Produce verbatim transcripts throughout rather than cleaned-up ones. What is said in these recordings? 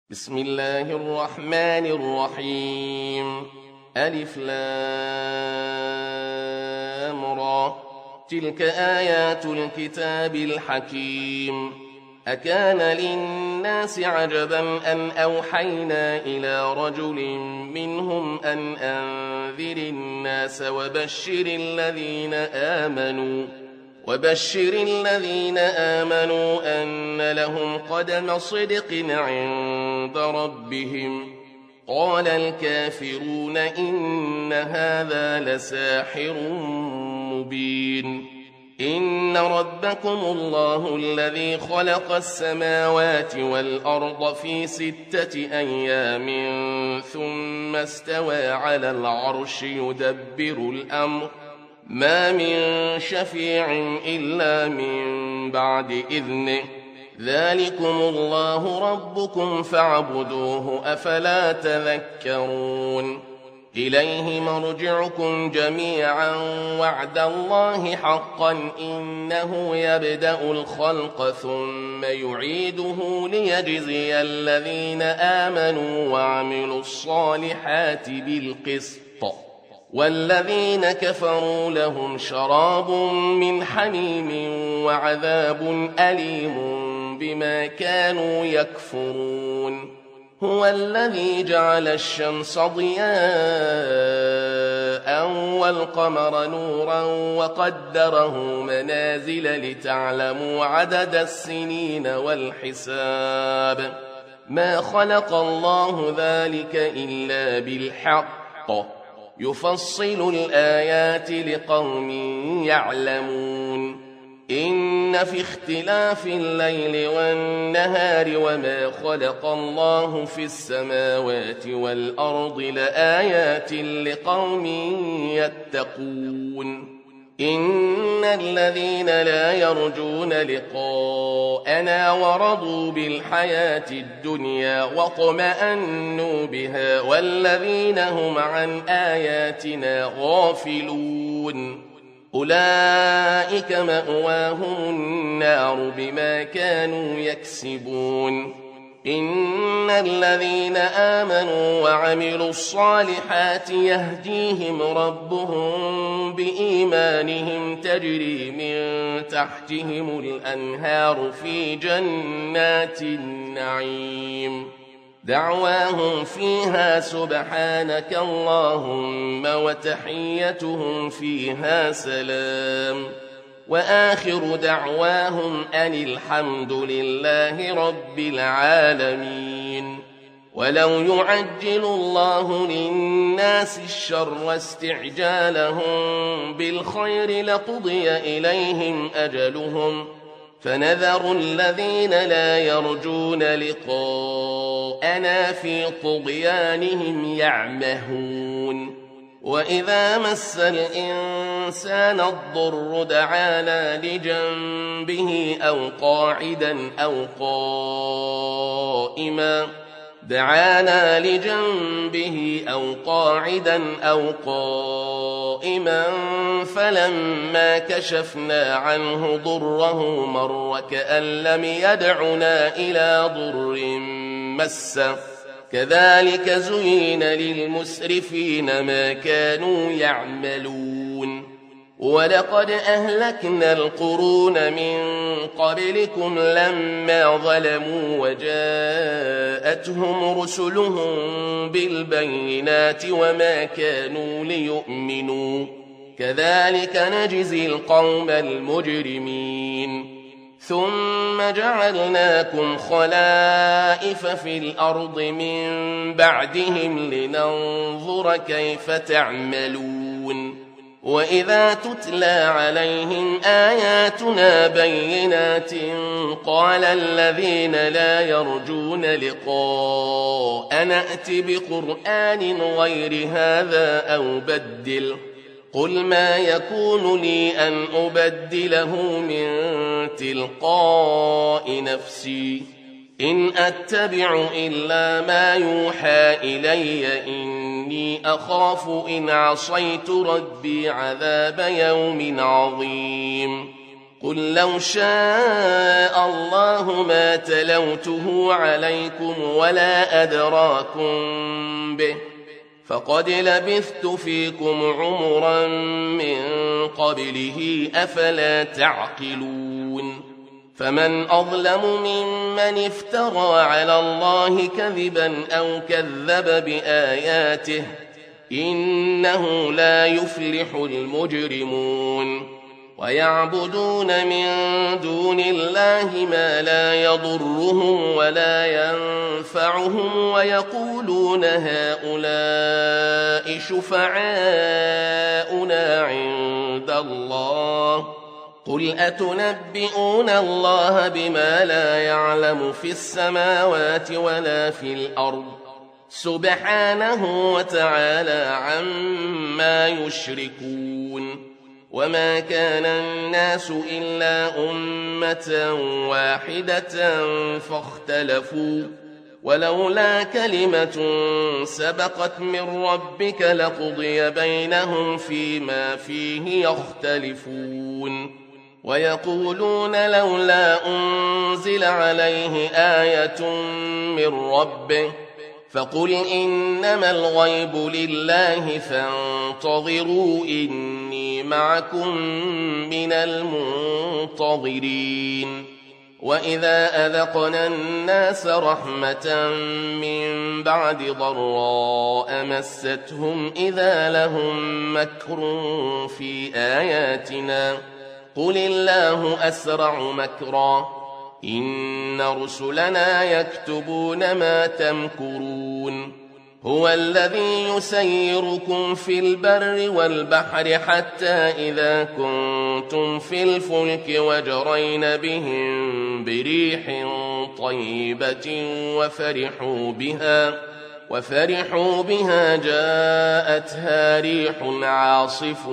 بسم الله الرحمن الرحيم. ألف لام را. تلك آيات الكتاب الحكيم. أكان للناس عجبا أن أوحينا إلى رجل منهم أن أنذر الناس وبشر الذين آمنوا وبشر الذين آمنوا أن لهم قدم صدق عند ربهم. قال الكافرون إن هذا لساحر مبين. إن ربكم الله الذي خلق السماوات والأرض في ستة أيام ثم استوى على العرش يدبر الأمر ما من شفيع إلا من بعد إذنه ذلكم الله ربكم فاعبدوه أفلا تذكرون. إليه مرجعكم جميعا وعد الله حقا إنه يبدأ الخلق ثم يعيده ليجزي الذين آمنوا وعملوا الصالحات بالقسط والذين كفروا لهم شراب من حميم وعذاب أليم بما كانوا يكفرون. هو الذي جعل الشمس ضياء والقمر نورا وقدره منازل لتعلموا عدد السنين والحساب ما خلق الله ذلك إلا بالحق يفصل الآيات لقوم يعلمون. إن في اختلاف الليل والنهار وما خلق الله في السماوات والأرض لآيات لقوم يتقون. إن الذين لا يرجون لقاءنا ورضوا بالحياة الدنيا واطمأنوا بها والذين هم عن آياتنا غافلون أولئك مأواهم النار بما كانوا يكسبون. إن الذين آمنوا وعملوا الصالحات يهديهم ربهم بإيمانهم تجري من تحتهم الأنهار في جنات النعيم دعواهم فيها سبحانك اللهم وتحيتهم فيها سلام وآخر دعواهم أن الحمد لله رب العالمين. ولو يعجل الله للناس الشر استعجالهم بالخير لقضي إليهم أجلهم فنذر الذين لا يرجون لقاءنا في طغيانهم يعمهون. وإذا مس الإنسان الضر دعانا لجنبه أو قاعدا أو قائما دعانا لجنبه أو قاعدا أو قائما فلما كشفنا عنه ضره مر كأن لم يدعنا إلى ضر مسه كذلك زين للمسرفين ما كانوا يعملون. ولقد أهلكنا القرون من قبلكم لما ظلموا وجاءتهم رسلهم بالبينات وما كانوا ليؤمنوا كذلك نجزي القوم المجرمين. ثم جعلناكم خلائف في الأرض من بعدهم لننظر كيف تعملون. وإذا تتلى عليهم آياتنا بينات قال الذين لا يرجون لقاءنا ائت بقرآن غير هذا أو بدله قل ما يكون لي أن أبدله من تلقاء نفسي إن أتبع إلا ما يوحى إلي إني أخاف إن عصيت ربي عذاب يوم عظيم. قل لو شاء الله ما تلوته عليكم ولا أدراكم به فقد لبثت فيكم عمرا من قبله أفلا تعقلون فمن أظلم ممن افترى على الله كذبا أو كذب بآياته إنه لا يفلح المجرمون ويعبدون من دون الله ما لا يضرهم ولا ينفعهم ويقولون هؤلاء شفعاؤنا عند الله قل أتنبئون الله بما لا يعلم في السماوات ولا في الأرض سبحانه وتعالى عما يشركون وما كان الناس إلا أمة واحدة فاختلفوا ولولا كلمة سبقت من ربك لقضي بينهم فيما فيه يختلفون ويقولون لولا أنزل عليه آية من ربه فقل إنما الغيب لله فانتظروا إني معكم من المنتظرين وإذا أذقنا الناس رحمة من بعد ضراء مستهم إذا لهم مكر في آياتنا قل الله أسرع مكرا إن رسلنا يكتبون ما تمكرون هو الذي يسيركم في البر والبحر حتى إذا كنتم في الفلك وجرين بهم بريح طيبة وفرحوا بها وفرحوا بها جاءتها ريح عاصف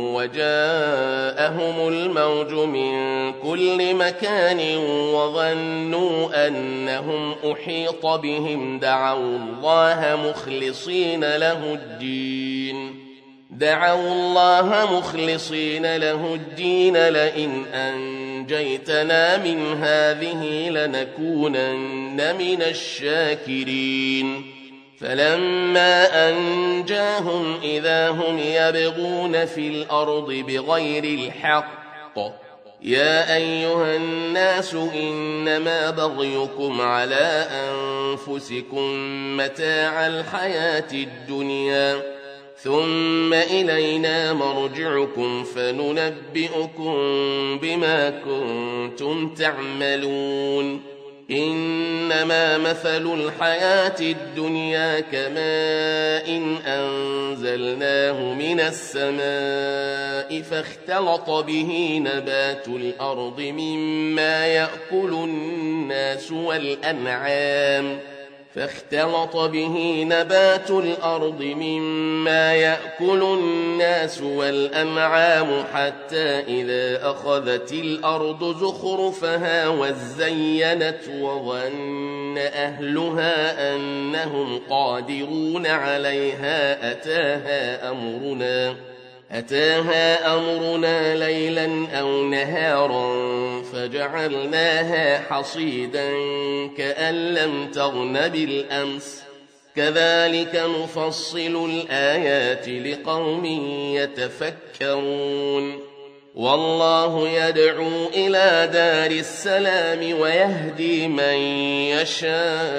وجاءهم الموج من كل مكان وظنوا أنهم أحيط بهم دعوا الله مخلصين له الدين دعوا الله مخلصين له الدين لئن أنجيتنا من هذه لنكونن من الشاكرين فلما أنجاهم إذا هم يبغون في الأرض بغير الحق يا أيها الناس إنما بغيكم على أنفسكم متاع الحياة الدنيا ثم إلينا مرجعكم فننبئكم بما كنتم تعملون إنما مثل الحياة الدنيا كماء أنزلناه من السماء فاختلط به نبات الأرض مما يأكل الناس والأنعام فاختلط به نبات الأرض مما يأكل الناس والأنعام حتى إذا أخذت الأرض زخرفها وزينت وظن أهلها أنهم قادرون عليها أتاها أمرنا أتاها أمرنا ليلا أو نهارا فجعلناها حصيدا كأن لم تغن بالأمس كذلك نفصل الآيات لقوم يتفكرون والله يدعو إلى دار السلام ويهدي من يشاء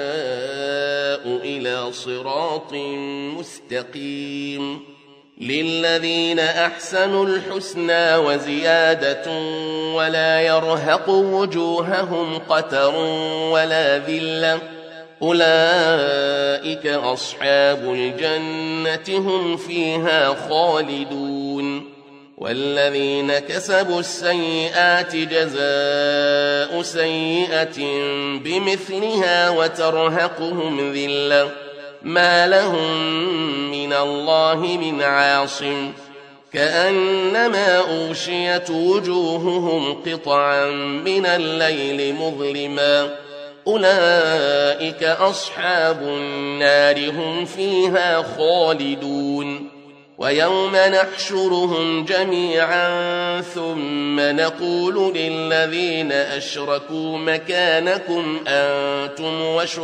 إلى صراط مستقيم للذين أحسنوا الحسنى وزيادة ولا يرهق وجوههم قتر ولا ذلة أولئك أصحاب الجنة هم فيها خالدون والذين كسبوا السيئات جزاء سيئة بمثلها وترهقهم ذلة ما لهم من الله من عاصم كأنما أوشيت وجوههم قطعا من الليل مظلما أولئك أصحاب النار هم فيها خالدون ويوم نحشرهم جميعا ثم نقول للذين أشركوا مكانكم أنتم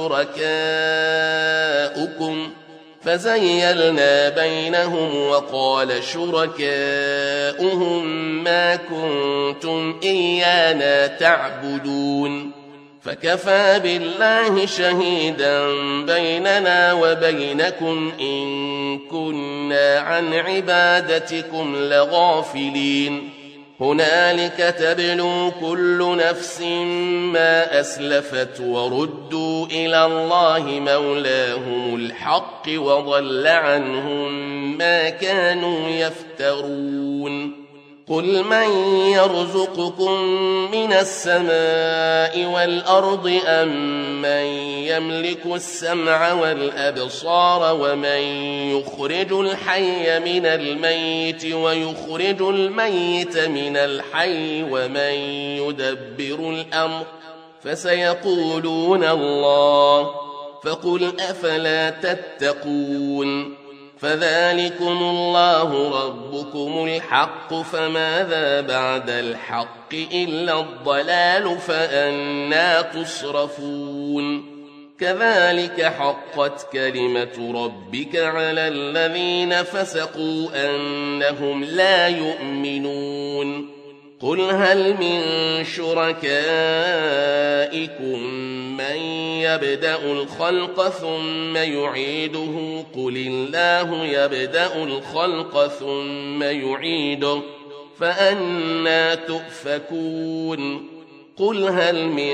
وشركاؤكم فزيلنا بينهم وقال شركاؤهم ما كنتم إيانا تعبدون فكفى بالله شهيدا بيننا وبينكم إن كنا عن عبادتكم لغافلين هنالك تبلو كل نفس ما أسلفت وردوا إلى الله مولاهم الحق وضل عنهم ما كانوا يفترون قل من يرزقكم من السماء والأرض أم من يملك السمع والأبصار ومن يخرج الحي من الميت ويخرج الميت من الحي ومن يدبر الأمر فسيقولون الله فقل أفلا تتقون فذلكم الله ربكم الحق فماذا بعد الحق إلا الضلال فأنى تصرفون كذلك حقت كلمة ربك على الذين فسقوا أنهم لا يؤمنون قل هل من شركائكم من يبدأ الخلق ثم يعيده قل الله يبدأ الخلق ثم يعيده فأنى تؤفكون قل هل من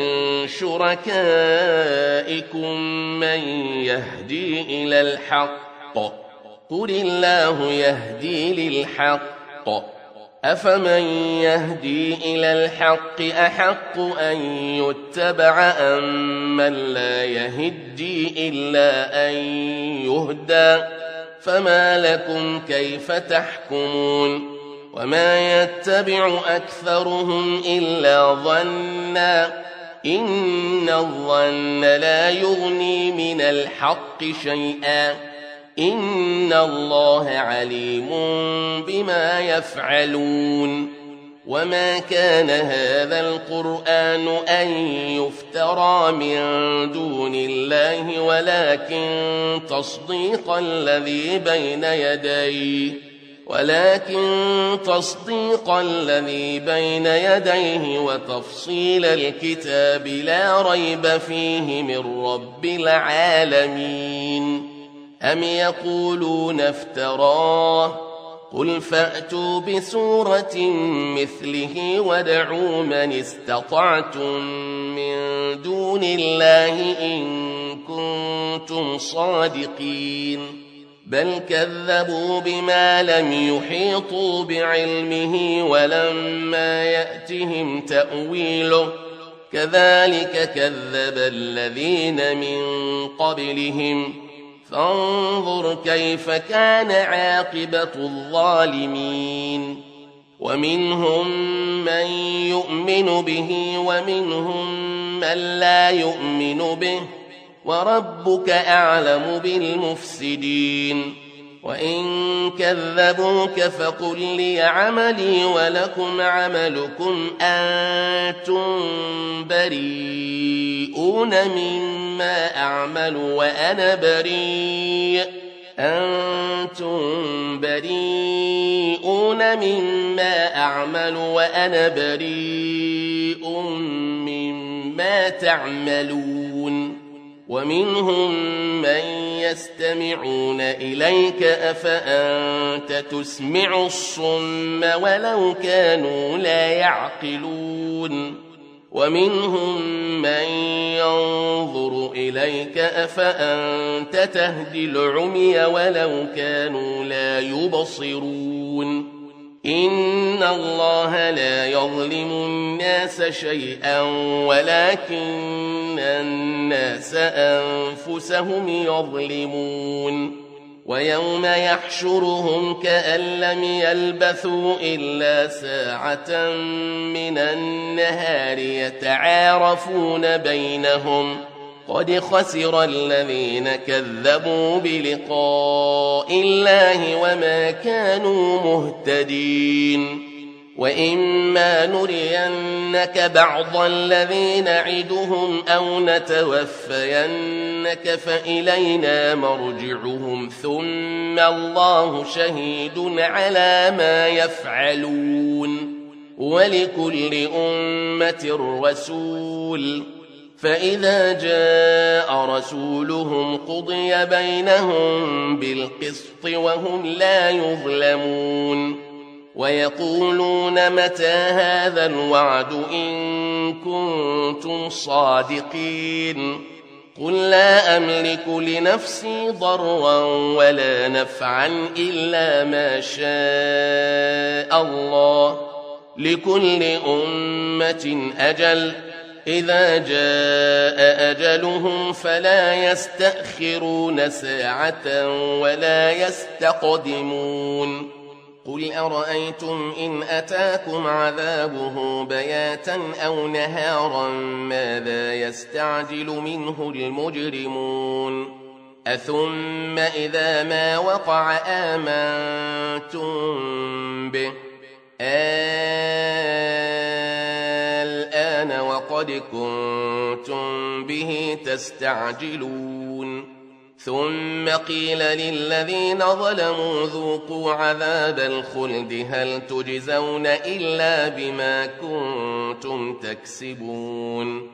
شركائكم من يهدي إلى الحق قل الله يهدي للحق أفمن يهدي إلى الحق أحق أن يتبع أم من لا يهدي إلا أن يهدى فما لكم كيف تحكمون وما يتبع أكثرهم إلا ظنا إن الظن لا يغني من الحق شيئا إن الله عليم بما يفعلون وما كان هذا القرآن أن يفترى من دون الله ولكن تصديق الذي بين يديه ولكن تصديق الذي بين يديه وتفصيل الكتاب لا ريب فيه من رب العالمين أم يقولون افتراه قل فأتوا بسورة مثله وادعوا من استطعتم من دون الله إن كنتم صادقين بل كذبوا بما لم يحيطوا بعلمه ولما يأتهم تأويله كذلك كذب الذين من قبلهم فانظر كيف كان عاقبة الظالمين ومنهم من يؤمن به ومنهم من لا يؤمن به وربك أعلم بالمفسدين وإن كذبوك فقل لي عملي ولكم عملكم أنتم بريئون مما أعمل وأنا بريء أنتم بريئون مما أعمل وأنا بريء مما تعملون ومنهم من يستمعون إليك أفأنت تسمع الصم ولو كانوا لا يعقلون ومنهم من ينظر إليك أفأنت تهدي العمي ولو كانوا لا يبصرون إن الله لا يظلم الناس شيئا ولكن الناس أنفسهم يظلمون ويوم يحشرهم كأن لم يلبثوا إلا ساعة من النهار يتعارفون بينهم قد خسر الذين كذبوا بلقاء الله وما كانوا مهتدين وإما نرينك بعض الذي نعدهم أو نتوفينك فإلينا مرجعهم ثم الله شهيد على ما يفعلون ولكل أمة رسول فإذا جاء رسولهم قضي بينهم بالقسط وهم لا يظلمون ويقولون متى هذا الوعد إن كنتم صادقين قل لا أملك لنفسي ضرا ولا نفعا إلا ما شاء الله لكل أمة أجل إذا جاء أجلهم فلا يستأخرون ساعة ولا يستقدمون قل أرأيتم إن أتاكم عذابه بياتا أو نهارا ماذا يستعجل منه المجرمون أثم إذا ما وقع آمنتم به الآن وقد كنتم به تستعجلون ثم قيل للذين ظلموا ذوقوا عذاب الخلد هل تجزون إلا بما كنتم تكسبون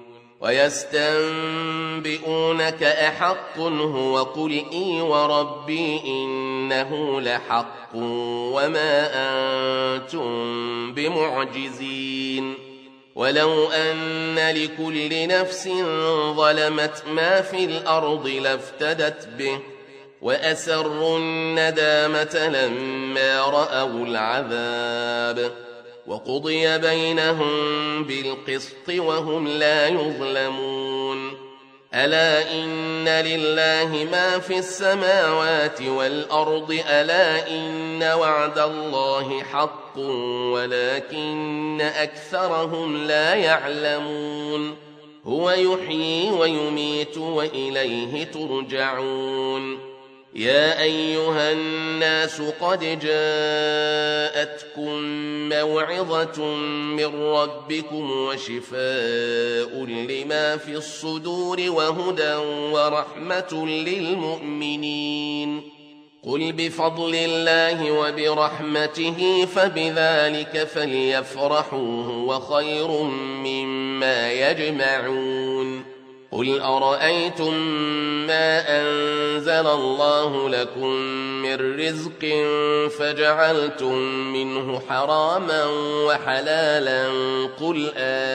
ويستنبئونك أحق هو قل إي وربي إنه لحق وما أنتم بمعجزين ولو أن لكل نفس ظلمت ما في الأرض لافتدت به وأسروا الندامة لما رأوا العذاب وقضي بينهم بالقسط وهم لا يظلمون ألا إن لله ما في السماوات والأرض ألا إن وعد الله حق ولكن أكثرهم لا يعلمون هو يحيي ويميت وإليه ترجعون يا أيها الناس قد جاءتكم موعظة من ربكم وشفاء لما في الصدور وهدى ورحمة للمؤمنين قل بفضل الله وبرحمته فبذلك فليفرحوا هو خير مما يجمعون قل أرأيتم ما أنزل الله لكم من رزق فجعلتم منه حراما وحلالا قل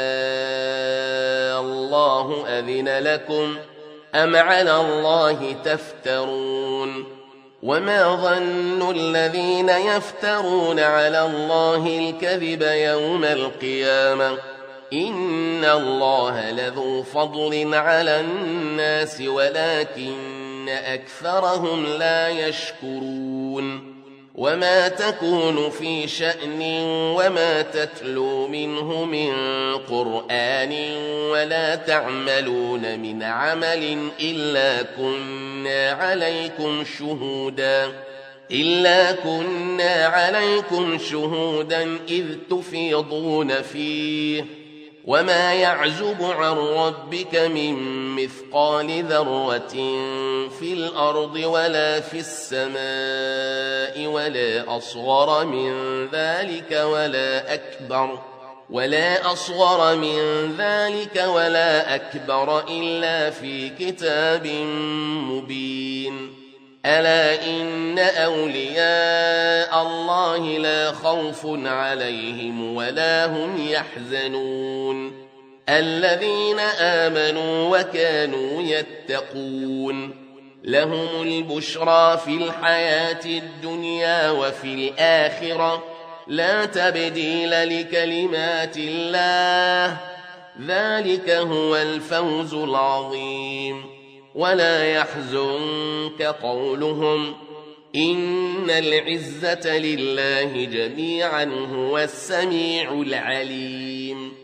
آه الله أذن لكم أم على الله تفترون وما ظن الذين يفترون على الله الكذب يوم القيامة إن الله لذو فضل على الناس ولكن أكثرهم لا يشكرون وما تكون في شأن وما تتلو منه من قرآن ولا تعملون من عمل إلا كنا عليكم شهودا إلا كنا عليكم شهودا إذ تفيضون فيه وما يعزب عن ربك من مثقال ذرة في الأرض ولا في السماء ولا أصغر من ذلك ولا أكبر ولا أصغر من ذلك ولا أكبر إلا في كتاب مبين ألا إن أولياء الله لا خوف عليهم ولا هم يحزنون الذين آمنوا وكانوا يتقون لهم البشرى في الحياة الدنيا وفي الآخرة لا تبديل لكلمات الله ذلك هو الفوز العظيم ولا يحزنك قولهم إن العزة لله جميعا هو السميع العليم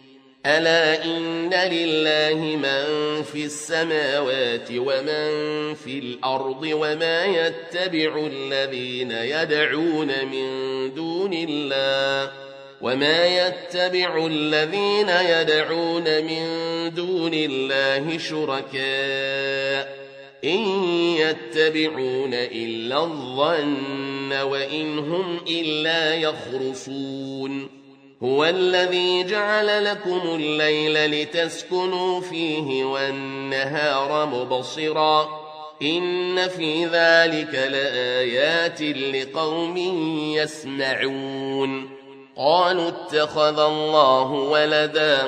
ألا إن لله من في السماوات ومن في الأرض وما يتبع الذين يدعون من دون الله وما يتبع الذين يدعون من دون الله شركاء إن يتبعون إلا الظن وإن هم إلا يخرصون هو الذي جعل لكم الليل لتسكنوا فيه والنهار مبصرا إن في ذلك لآيات لقوم يسمعون قالوا اتخذ الله ولدا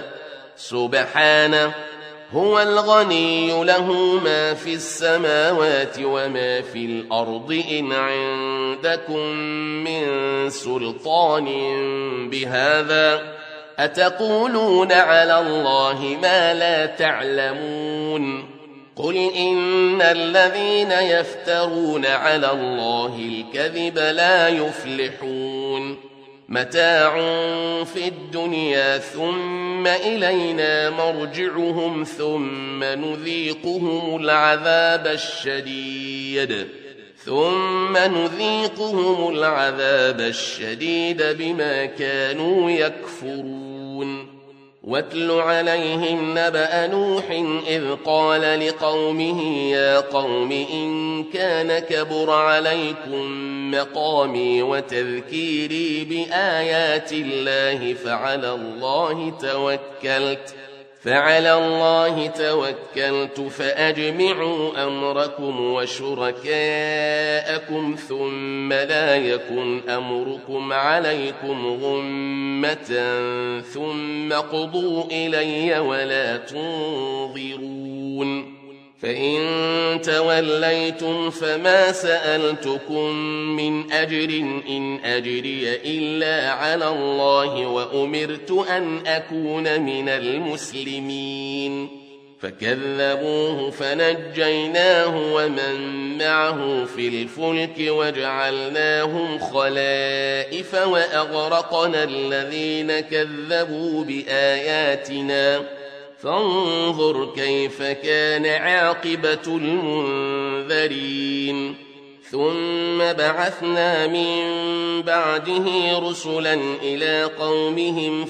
سبحانه هو الغني له ما في السماوات وما في الأرض إن عندكم من سلطان بهذا أتقولون على الله ما لا تعلمون قل إن الذين يفترون على الله الكذب لا يفلحون متاع في الدنيا ثم إلينا مرجعهم ثم نذيقهم العذاب الشديد ثم نذيقهم العذاب الشديد بما كانوا يكفرون واتل عليهم نبأ نوح إذ قال لقومه يا قوم إن كان كبر عليكم مقامي وتذكيري بآيات الله فعلى الله توكلت فعلى الله توكلت فأجمعوا أمركم وشركاءكم ثم لا يكن أمركم عليكم غمة ثم قضوا إلي ولا تنظرون فإن توليتم فما سألتكم من أجر إن أجري إلا على الله وأمرت أن أكون من المسلمين فكذبوه فنجيناه ومن معه في الفلك وجعلناهم خلائف وأغرقنا الذين كذبوا بآياتنا فانظر كيف كان عاقبة المنذرين ثم بعثنا من بعده رسلا إلى قومهم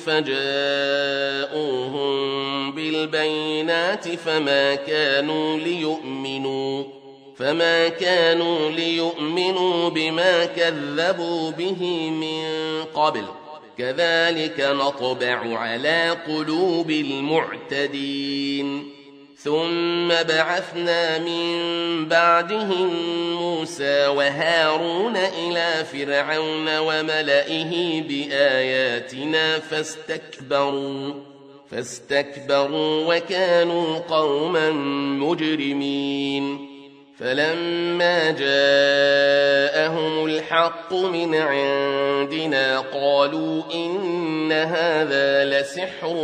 فجاءوهم بالبينات فما كانوا ليؤمنوا فما كانوا ليؤمنوا بما كذبوا به من قبل كذلك نطبع على قلوب المعتدين ثم بعثنا من بعدهم موسى وهارون إلى فرعون وملئه بآياتنا فاستكبروا فاستكبروا وكانوا قوما مجرمين فلما جاءهم الحق من عندنا قالوا إن هذا لسحر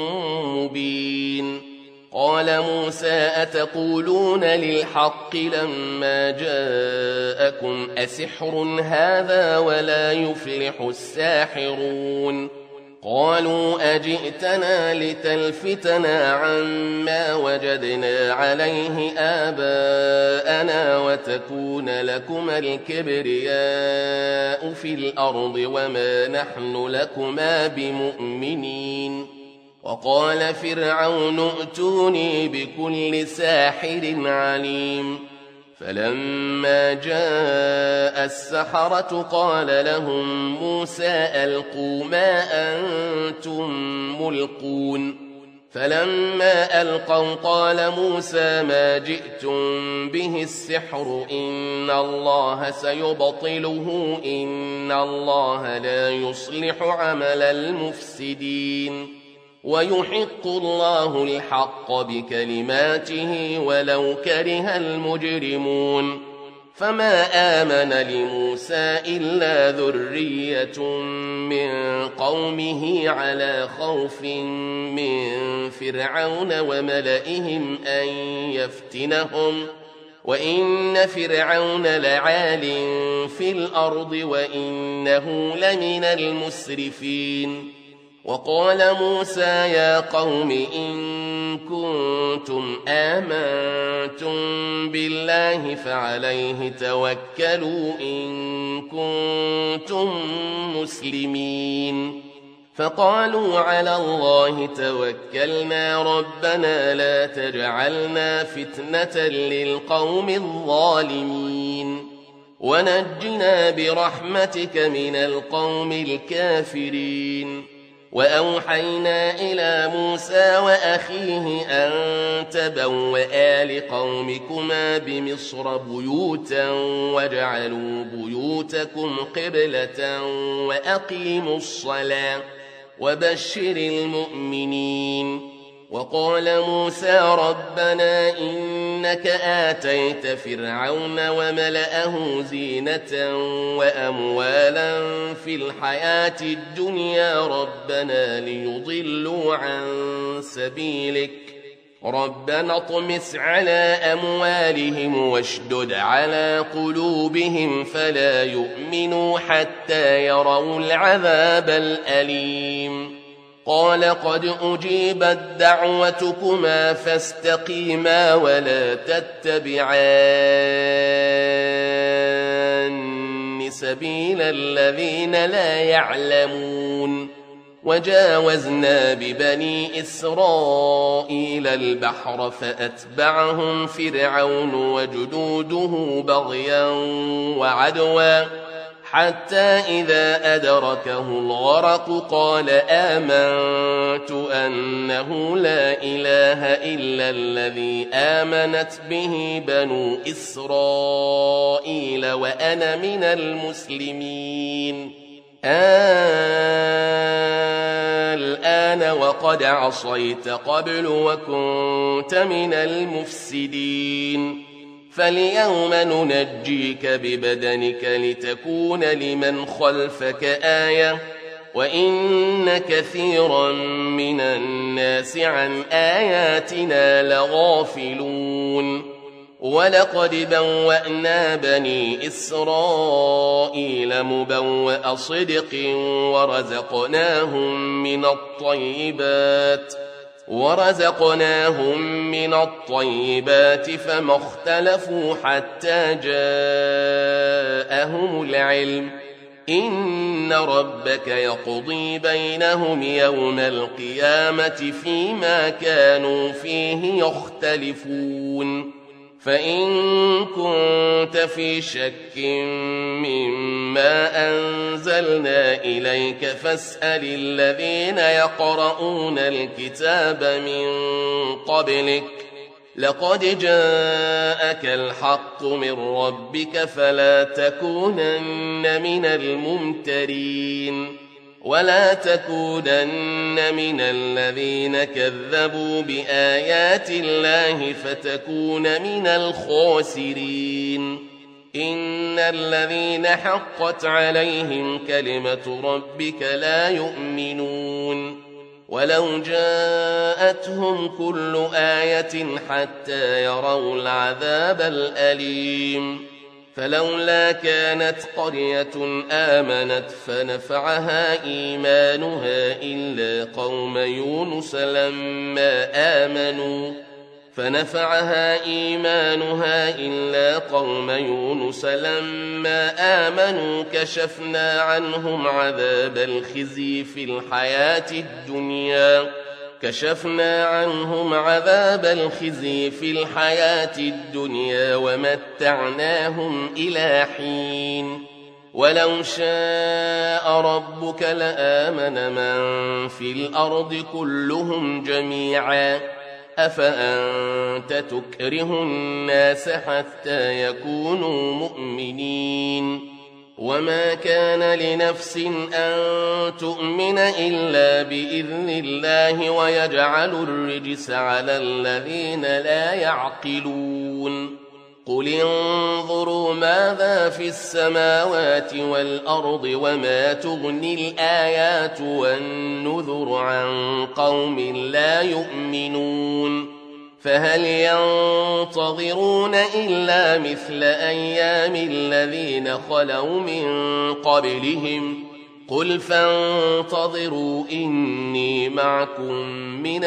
مبين قال موسى أتقولون للحق لما جاءكم أسحر هذا ولا يفلح الساحرون قالوا أجئتنا لتلفتنا عما وجدنا عليه آباءنا وتكون لكما الكبرياء في الأرض وما نحن لكما بمؤمنين وقال فرعون ائتوني بكل ساحر عليم فلما جاء السحرة قال لهم موسى ألقوا ما أنتم ملقون فلما ألقوا قال موسى ما جئتم به السحر إن الله سيبطله إن الله لا يصلح عمل المفسدين ويحق الله الحق بكلماته ولو كره المجرمون فما آمن لموسى إلا ذرية من قومه على خوف من فرعون وملئهم أن يفتنهم وإن فرعون لعال في الأرض وإنه لمن المسرفين وقال موسى يا قوم إن كنتم آمنتم بالله فعليه توكلوا إن كنتم مسلمين فقالوا على الله توكلنا ربنا لا تجعلنا فتنة للقوم الظالمين ونجنا برحمتك من القوم الكافرين وأوحينا إلى موسى وأخيه أن تبوئا لقومكما بمصر بيوتا واجعلوا بيوتكم قبلة وأقيموا الصلاة وبشر المؤمنين وقال موسى ربنا إنك آتيت فرعون وملأه زينة وأموالا في الحياة الدنيا ربنا ليضلوا عن سبيلك ربنا اطمس على أموالهم واشدد على قلوبهم فلا يؤمنوا حتى يروا العذاب الأليم قال قد أجيبت دعوتكما فاستقيما ولا تتبعان سبيل الذين لا يعلمون وجاوزنا ببني إسرائيل البحر فأتبعهم فرعون وجنوده بغيا وعدوا حتى إذا أدركه الغرق قال آمنت أنه لا إله إلا الذي آمنت به بنو إسرائيل وأنا من المسلمين الآن وقد عصيت قبل وكنت من المفسدين فاليوم ننجيك ببدنك لتكون لمن خلفك آية وإن كثيرا من الناس عن آياتنا لغافلون ولقد بوأنا بني إسرائيل مبوأ صدق ورزقناهم من الطيبات ورزقناهم من الطيبات فما اختلفوا حتى جاءهم العلم إن ربك يقضي بينهم يوم القيامة فيما كانوا فيه يختلفون فإن كنت في شك مما أنزلنا إليك فاسأل الذين يقرؤون الكتاب من قبلك لقد جاءك الحق من ربك فلا تكونن من الممترين ولا تكونن من الذين كذبوا بآيات الله فتكون من الخاسرين إن الذين حقت عليهم كلمة ربك لا يؤمنون ولو جاءتهم كل آية حتى يروا العذاب الأليم فلولا كانت قرية آمنت فنفعها إيمانها إلا قوم يونس لما آمنوا فنفعها إيمانها إلا قوم يونس لما آمنوا كشفنا عنهم عذاب الخزي في الحياة الدنيا كشفنا عنهم عذاب الخزي في الحياة الدنيا ومتعناهم إلى حين ولو شاء ربك لآمن من في الأرض كلهم جميعا أفأنت تكره الناس حتى يكونوا مؤمنين وما كان لنفس أن تؤمن إلا بإذن الله ويجعل الرجس على الذين لا يعقلون قل انظروا ماذا في السماوات والأرض وما تغني الآيات والنذر عن قوم لا يؤمنون فهل ينتظرون إلا مثل أيام الذين خلوا من قبلهم قل فانتظروا إني معكم من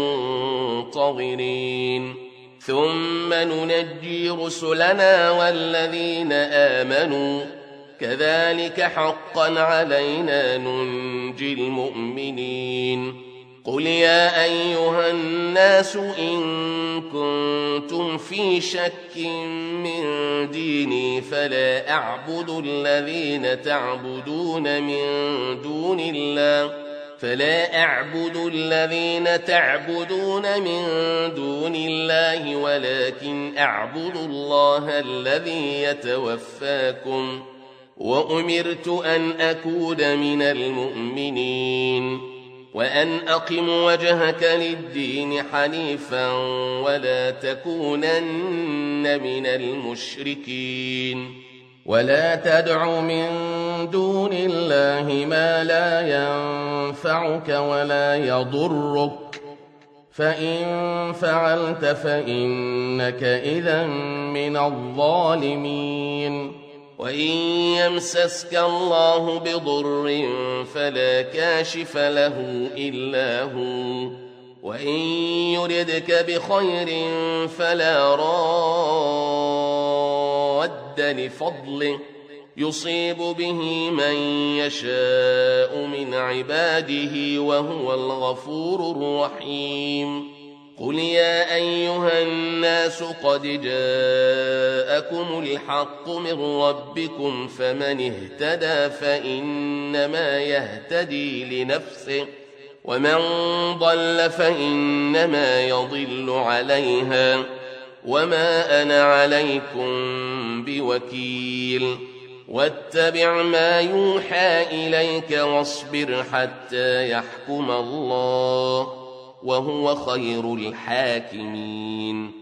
المنتظرين ثم ننجي رسلنا والذين آمنوا كذلك حقا علينا ننجي المؤمنين قل يا أيها الناس إن كنتم في شك من ديني فلا أعبد الذين تعبدون من دون الله فلا أعبد الذين تعبدون من دون الله ولكن أعبد الله الذي يتوفاكم وأمرت أن أكون من المؤمنين وأن أقم وجهك للدين حنيفا ولا تكونن من المشركين ولا تدع من دون الله ما لا ينفعك ولا يضرك فإن فعلت فإنك إذا من الظالمين وإن يمسسك الله بضر فلا كاشف له إلا هو وإن يردك بخير فلا راد لفضله يصيب به من يشاء من عباده وهو الغفور الرحيم قل يا أيها الناس قد جاءكم الحق من ربكم فمن اهتدى فإنما يهتدي لنفسه ومن ضل فإنما يضل عليها وما أنا عليكم بوكيل واتبع ما يوحى إليك واصبر حتى يحكم الله وهو خير الحاكمين